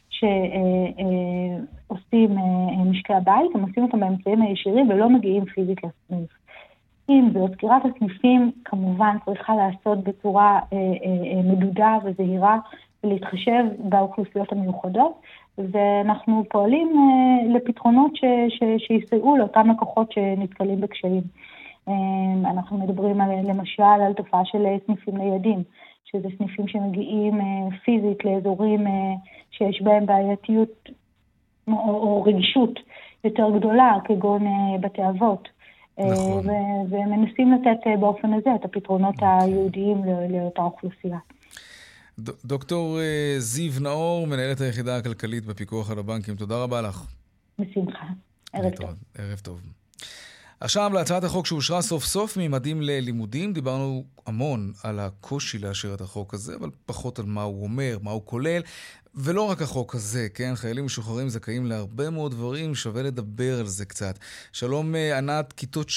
שעושים משקי הבית, הם עושים אותם באמצעים הישירים ולא מגיעים פיזית לסניף. אם זאת סגירת הסניפים, כמובן צריכה לעשות בצורה מדודה וזהירה ולהתחשב באוכלוסיות המיוחדות, ואנחנו פועלים לפתרונות שיסייעו לאותם לקוחות שנתקלים בקשיים. אנחנו מדברים למשל על תופעה של סניפים ניידים, שזה סניפים שמגיעים פיזית לאזורים שיש בהם בעייתיות או רגישות יותר גדולה, כגון בתי אבות. נכון. ומנסים לתת באופן הזה את הפתרונות היהודיים לאותה אוכלוסייה. דוקטור זיו נאור, מנהלת היחידה הכלכלית בפיקוח על הבנקים, תודה רבה לך. בשמחה. ערב טוב. ערב טוב. עכשיו להצעת החוק שאושרה סוף סוף ממדים ללימודים, דיברנו המון על הקושי לאשר את החוק הזה, אבל פחות על מה הוא אומר, מה הוא כולל, ולא רק החוק הזה, כן? חיילים משוחררים זכאים להרבה מאוד דברים, שווה לדבר על זה קצת. שלום ענת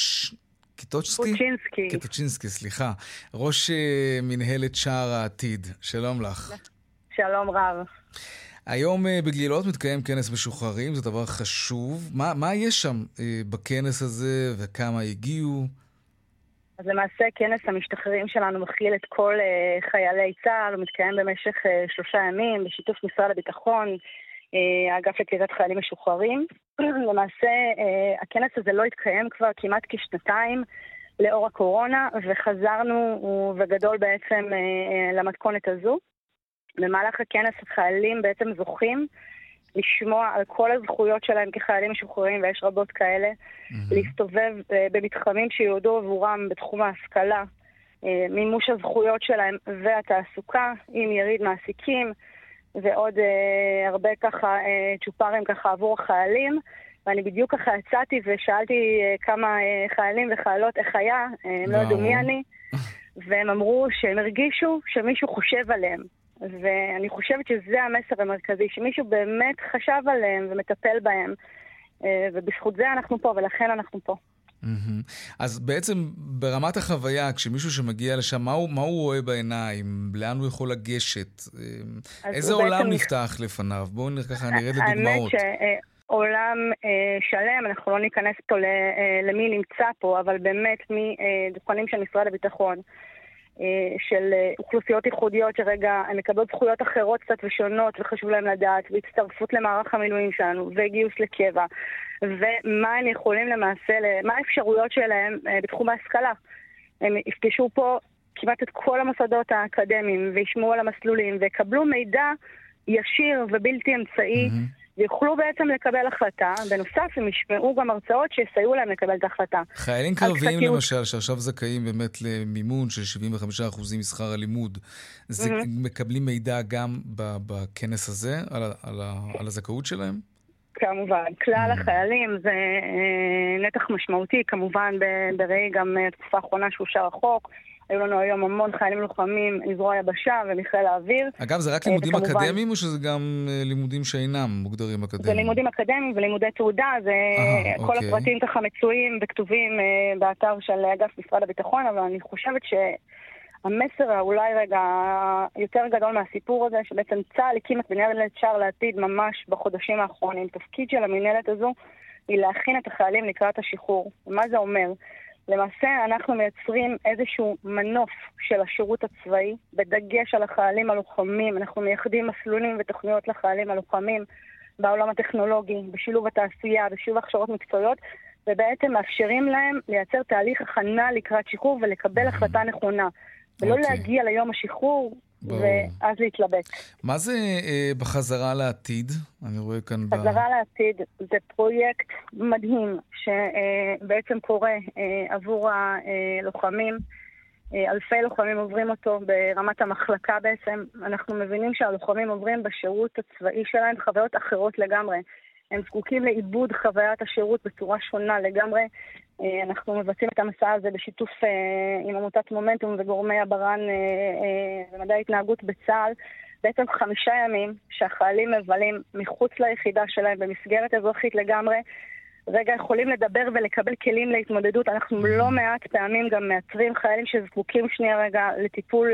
קיטוצ'ינסקי, סליחה. ראש מנהלת שער העתיד. שלום לך. שלום רב. היום בגלילות מתקיים כנס משוחררים, זה דבר חשוב. מה יש שם בכנס הזה וכמה הגיעו? אז למעשה כנס המשתחררים שלנו מכיל את כל חיילי צה"ל, הוא מתקיים במשך 3 ימים בשיתוף משרד הביטחון, האגף לקליטת חיילים משוחררים. למעשה הכנס הזה לא התקיים כבר כמעט כשנתיים לאור הקורונה, וחזרנו וגדול בעצם למתכונת הזו. במהלך הכנס החיילים בעצם זוכים לשמוע על כל הזכויות שלהם כחיילים משוחררים, ויש רבות כאלה, להסתובב במתחמים שיועדו עבורם בתחום ההשכלה, מימוש הזכויות שלהם והתעסוקה עם יריד מעסיקים, ועוד הרבה ככה צ'ופרים ככה עבור החיילים. ואני בדיוק ככה יצאתי ושאלתי כמה חיילים וחיילות איך היה, הם לא ידעו מי אני, והם אמרו שהם הרגישו שמישהו חושב עליהם. ואני חושבת שזה המסר המרכזי, שמישהו באמת חשב עליהם ומטפל בהם, ובזכות זה אנחנו פה, ולכן אנחנו פה. אז בעצם ברמת החוויה, כשמישהו שמגיע לשם, מה הוא רואה בעיניים? לאן הוא יכול לגשת? איזה עולם נפתח לפניו? בואו ככה נרד לדוגמאות. עולם שלם, אנחנו לא ניכנס פה למי נמצא פה, אבל באמת מדוכנים של משרד הביטחון, של אוכלוסיות ייחודיות שרגע הן מקבלות זכויות אחרות קצת ושונות וחשוב להם לדעת, והצטרפות למערך המילואים שלנו וגיוס לקבע, ומה הם יכולים למעשה, מה האפשרויות שלהם בתחום ההשכלה. הם יפגשו פה כמעט את כל המוסדות האקדמיים וישמעו על המסלולים ויקבלו מידע ישיר ובלתי אמצעי, ויוכלו בעצם לקבל החלטה. בנוסף, הם ישמעו גם הרצאות שיסייעו להם לקבל את ההחלטה. חיילים קרביים למשל, שעכשיו זכאים באמת למימון של 75% משכר הלימוד, מקבלים מידע גם בכנס הזה על הזכאות שלהם? כמובן. כלל החיילים זה נתח משמעותי, כמובן בראי גם תקופה האחרונה שאושר החוק. היו לנו היום המון חיילים לוחמים מזרוע היבשה ומחיל האוויר. אגב, זה רק לימודים אקדמיים או שזה גם לימודים שאינם מוגדרים אקדמיים? זה לימודים אקדמיים ולימודי תעודה, זה כל הפרטים ככה מצויים וכתובים באתר של אגף משרד הביטחון, אבל אני חושבת שהמסר אולי רגע יותר גדול מהסיפור הזה, שבעצם צה"ל הקים את מנהלת שער לעתיד ממש בחודשים האחרונים. תפקיד של המנהלת הזו היא להכין את החיילים לקראת השחרור. ומה זה אומר? למעשה אנחנו מייצרים איזשהו מנוף של השירות הצבאי, בדגש על החיילים הלוחמים. אנחנו מייחדים מסלולים ותוכניות לחיילים הלוחמים בעולם הטכנולוגי, בשילוב התעשייה, בשילוב הכשרות מקצועיות, ובעצם מאפשרים להם לייצר תהליך הכנה לקראת שחרור ולקבל החלטה נכונה. ולא להגיע ליום השחרור ואז להתלבט. מה זה בחזרה לעתיד? אני רואה כאן חזרה לעתיד זה פרויקט מדהים שבעצם קורה עבור הלוחמים. אלפי לוחמים עוברים אותו ברמת המחלקה בעצם. אנחנו מבינים שהלוחמים עוברים בשירות הצבאי שלהם חוויות אחרות לגמרי. הם זקוקים לעיבוד חוויית השירות בצורה שונה לגמרי. אנחנו מבצעים את המסע הזה בשיתוף עם עמותת מומנטום וגורמי הברן ומדעי התנהגות בצה"ל. בעצם 5 ימים שהחיילים מבלים מחוץ ליחידה שלהם במסגרת אזרחית לגמרי. רגע יכולים לדבר ולקבל כלים להתמודדות. אנחנו לא מעט פעמים גם מאתרים חיילים שזקוקים שנייה רגע לטיפול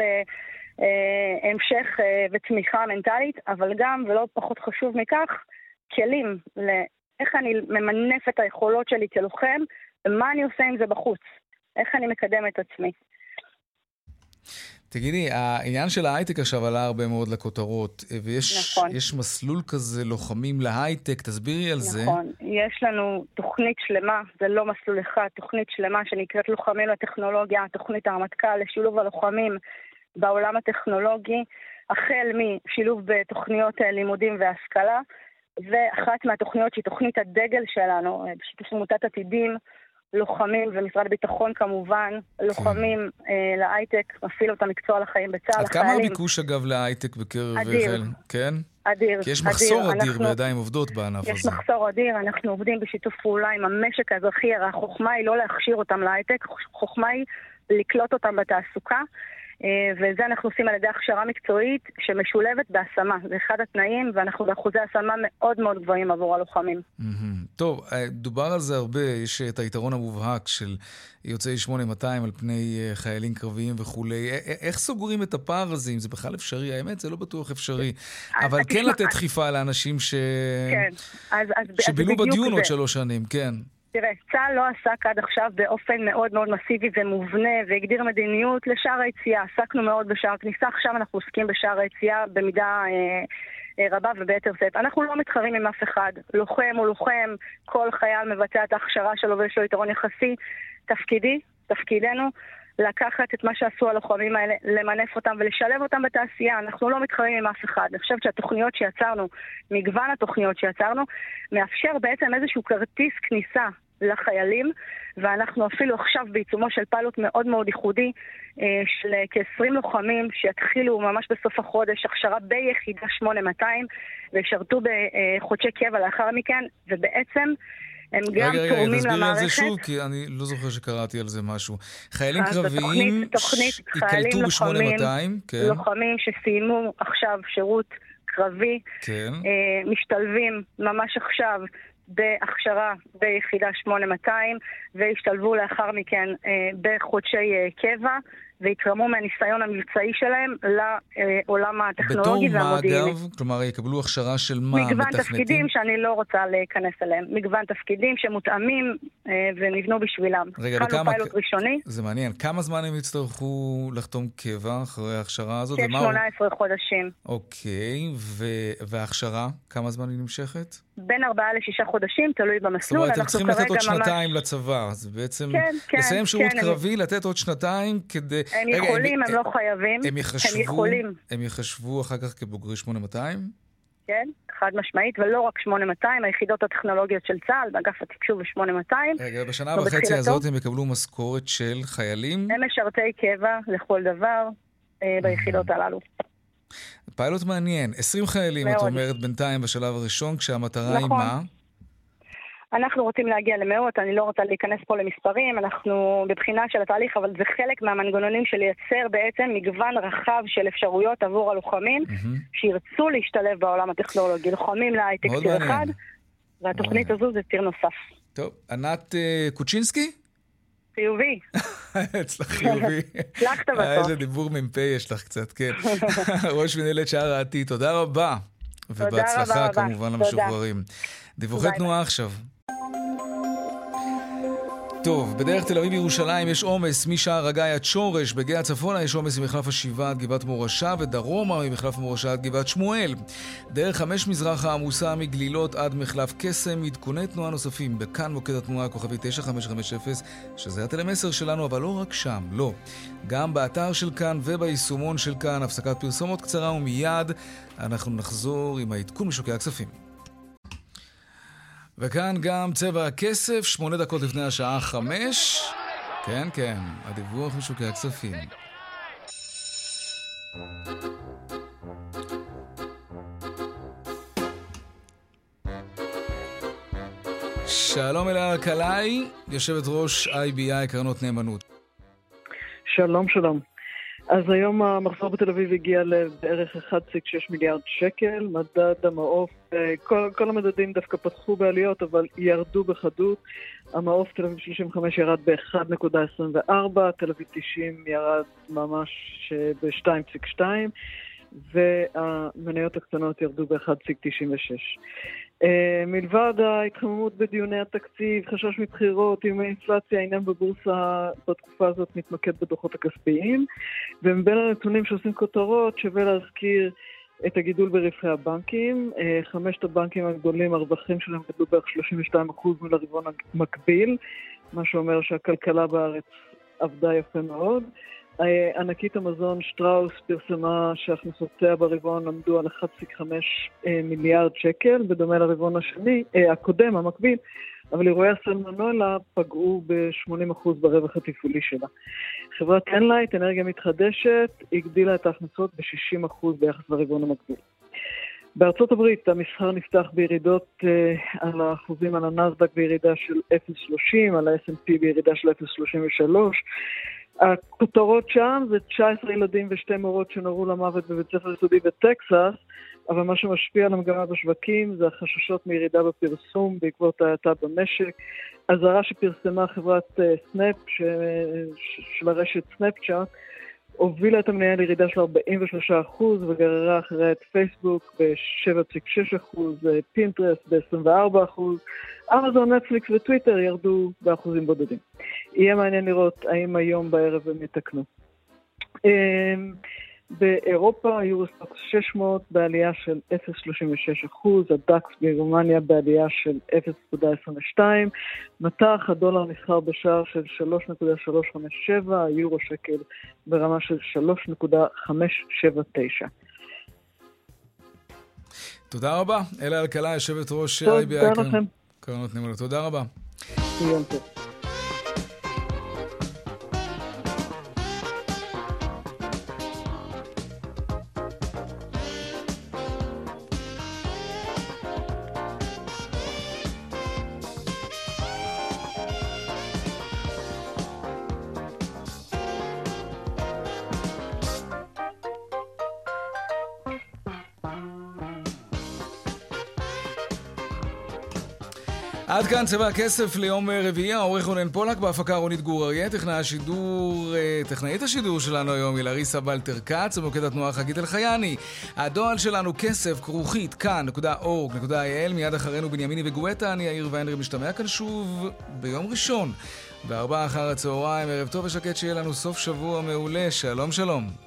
המשך ותמיכה מנטלית, אבל גם, ולא פחות חשוב מכך, כלים לאיך אני ממנף את היכולות שלי כלוחם, ומה אני עושה עם זה בחוץ. איך אני מקדם את עצמי. תגידי, העניין של ההייטק עכשיו עלה הרבה מאוד לכותרות, ויש נכון. יש מסלול כזה, לוחמים להייטק, תסבירי על זה. נכון, יש לנו תוכנית שלמה, זה לא מסלול אחד, תוכנית שלמה שנקראת לוחמים לטכנולוגיה, תוכנית הרמטכ"ל לשילוב הלוחמים בעולם הטכנולוגי, החל משילוב בתוכניות לימודים והשכלה, ואחת מהתוכניות שהיא תוכנית הדגל שלנו, בשיתוף עמותת עתידים, לוחמים ומשרד הביטחון כמובן, לוחמים להייטק, מפעיל אותם מקצוע לחיים בצה"ל. עד כמה הביקוש אגב להייטק בקרב אדיר. כן? אדיר. כי יש מחסור אדיר בידיים עובדות בענף הזה. יש מחסור אדיר, אנחנו עובדים בשיתוף פעולה עם המשק האזרחי, החוכמה היא לא להכשיר אותם להייטק, החוכמה היא לקלוט אותם בתעסוקה, וזה אנחנו עושים על ידי הכשרה מקצועית שמשולבת בהשמה. זה אחד התנאים, ואנחנו באחוזי השמה מאוד מאוד גבוהים עבור הלוחמים. טוב, דובר על זה הרבה, יש את היתרון המובהק של יוצאי 8200 על פני חיילים קרביים וכולי. איך סוגרים את הפער הזה, אם זה בכלל אפשרי? האמת, זה לא בטוח אפשרי. אבל כן לתת דחיפה לאנשים שבילו בדיון עוד 3 שנים, כן. תראה, צה"ל לא עסק עד עכשיו באופן מאוד מאוד מסיבי ומובנה והגדיר מדיניות לשער היציאה. עסקנו מאוד בשער הכניסה, עכשיו אנחנו עוסקים בשער היציאה במידה רבה וביתר שאת. אנחנו לא מתחרים עם אף אחד. לוחם הוא לוחם, כל חייל מבצע את ההכשרה שלו ויש לו יתרון יחסי. תפקידנו לקחת את מה שעשו הלוחמים האלה, למנף אותם ולשלב אותם בתעשייה. אנחנו לא מתחרים עם אף אחד. אני חושבת שהתוכניות שיצרנו, מגוון התוכניות שיצרנו, מאפשר בעצם איזשהו כרטיס כניסה לחיילים, ואנחנו אפילו עכשיו בעיצומו של פיילוט מאוד מאוד ייחודי של כ-20 לוחמים שיתחילו ממש בסוף החודש הכשרה ביחידה 8200 וישרתו בחודשי קבע לאחר מכן, ובעצם הם גם תורמים למערכת. תסבירי על זה שוב, כי אני לא זוכר שקראתי על זה משהו. חיילים קרביים יקלטו ב-8200, לוחמים שסיימו עכשיו שירות קרבי, משתלבים ממש עכשיו בהכשרה ביחידה 8200 והשתלבו לאחר מכן בחודשי קבע והתרמו מהניסיון המבצעי שלהם לעולם הטכנולוגי והמודיעיני. בתור מה אגב? כלומר יקבלו הכשרה של מה? מגוון תפקידים שאני לא רוצה להיכנס אליהם. מגוון תפקידים שמותאמים ונבנו בשבילם. התחלנו פיילוט ראשוני. זה מעניין. כמה זמן הם יצטרכו לחתום קבע אחרי ההכשרה הזאת? כ-18 חודשים. אוקיי, וההכשרה כמה זמן היא נמשכת? בין 4 ל6 חודשים, תלוי במסלול. זאת אומרת, אתם צריכים לתת עוד שנתיים לצבא. אז בעצם לסיים שירות קרבי, לתת עוד שנתיים כדי... הם יכולים, הם לא חייבים. הם יחשבו אחר כך כבוגרי 8200? כן, חד משמעית, ולא רק 8200, היחידות הטכנולוגיות של צה"ל, באגף התקשוב ב-8200. רגע, בשנה וחצי הזאת הם יקבלו משכורת של חיילים? הם משרתי קבע לכל דבר ביחידות הללו. פיילוט מעניין. 20 חיילים, את אומרת, בינתיים בשלב הראשון, כשהמטרה היא מה? אנחנו רוצים להגיע למאות, אני לא רוצה להיכנס פה למספרים, אנחנו בבחינה של התהליך, אבל זה חלק מהמנגנונים של לייצר בעצם מגוון רחב של אפשרויות עבור הלוחמים, שירצו להשתלב בעולם הטכנולוגי. לוחמים להייטק ציר אחד, והתוכנית הזו זה ציר נוסף. טוב, ענת קוצ'ינסקי? חיובי. אצלך חיובי. הצלחת בסוף. איזה דיבור מ"פ יש לך קצת, כן. ראש מנהלת שער העתיד, תודה רבה. ובהצלחה כמובן למשוחררים. דיווחי תנועה עכשיו. טוב, בדרך תל אביב ירושלים יש עומס משער הגיא עד שורש, בגאה הצפונה יש עומס ממחלף השבעה עד גבעת מורשה ודרומה ממחלף מורשה עד גבעת שמואל. דרך 5 מזרחה עמוסה מגלילות עד מחלף קסם. עדכוני תנועה נוספים בכאן מוקד התנועה כוכבי 9550, שזה הטלמסר שלנו, אבל לא רק שם, לא. גם באתר של כאן וביישומון של כאן. הפסקת פרסומות קצרה ומיד אנחנו נחזור עם העדכון משוקי הכספים. וכאן גם צבע הכסף, 8 דקות לפני השעה 5. כן, כן, הדיווח משוקי הכספים. שלום אליה קלעי, יושבת ראש IBI קרנות נאמנות. שלום, שלום. אז היום המחזור בתל אביב הגיע לבערך 1.6 מיליארד שקל, מדד המעוף, כל המדדים דווקא פתחו בעליות, אבל ירדו בחדות. המעוף תל אביב 35 ירד ב-1.24, תל אביב 90 ירד ממש ב-2.2, והמניות הקטנות ירדו ב-1.96. מלבד ההתחממות בדיוני התקציב, חשש מבחירות, עם האינפלציה, העניין בבורסה בתקופה הזאת מתמקד בדוחות הכספיים, ומבין הנתונים שעושים כותרות שווה להזכיר את הגידול ברווחי הבנקים. 5 הבנקים הגדולים, הרווחים שלהם גדלו בערך 32% מול הרבעון המקביל, מה שאומר שהכלכלה בארץ עבדה יפה מאוד. ענקית המזון שטראוס פרסמה שהכנסותיה ברבעון עמדו על 1.5 מיליארד שקל, בדומה לרבעון השני, הקודם, המקביל, אבל אירועי הסלמונלה פגעו ב-80% ברווח התפעולי שלה. חברת אנלייט, אנרגיה מתחדשת, הגדילה את ההכנסות ב-60% ביחס לרבעון המקביל. בארצות הברית המסחר נפתח בירידות על האחוזים, על הנסדק בירידה של 0.30, על ה-S&P בירידה של 0.33, הכותרות שם זה 19 ילדים ו2 מורות שנורו למוות בבית ספר יסודי בטקסס, אבל מה שמשפיע על המגמה בשווקים זה החששות מירידה בפרסום בעקבות ההאטה במשק. אזהרה שפרסמה חברת סנאפ, של הרשת סנאפצ'אט, הובילה את המניה לירידה של 43% וגררה אחריה את פייסבוק ב-7.6%, פינטרסט ב-24%, אמזון, נטפליקס וטוויטר ירדו באחוזים בודדים. יהיה מעניין לראות האם היום בערב הם יתקנו. באירופה היורוסטוקס 600 בעלייה של 0.36%, הדקס בגרמניה בעלייה של 0.22%, מטח הדולר נסחר בשער של 3.357, היורו שקל ברמה של 3.579. תודה רבה. אלה אלקלעי, יושבת ראש IBI. תודה לכם. קרנות נמל. תודה רבה. יום טוב. עד כאן צבע הכסף ליום רביעי, העורך רונן פולק, בהפקה רונית גור אריה, טכנאית השידור שלנו היום היא לריסה בלטר קץ, במוקד התנועה חגית אלחייני. הדואל שלנו כסף@כאן.org.il, מיד אחרינו בנימיני וגואטה, אני יאיר ויינרב, משתמע כאן שוב ביום ראשון, ב16:00. ערב טוב ושקט, שיהיה לנו סוף שבוע מעולה, שלום שלום.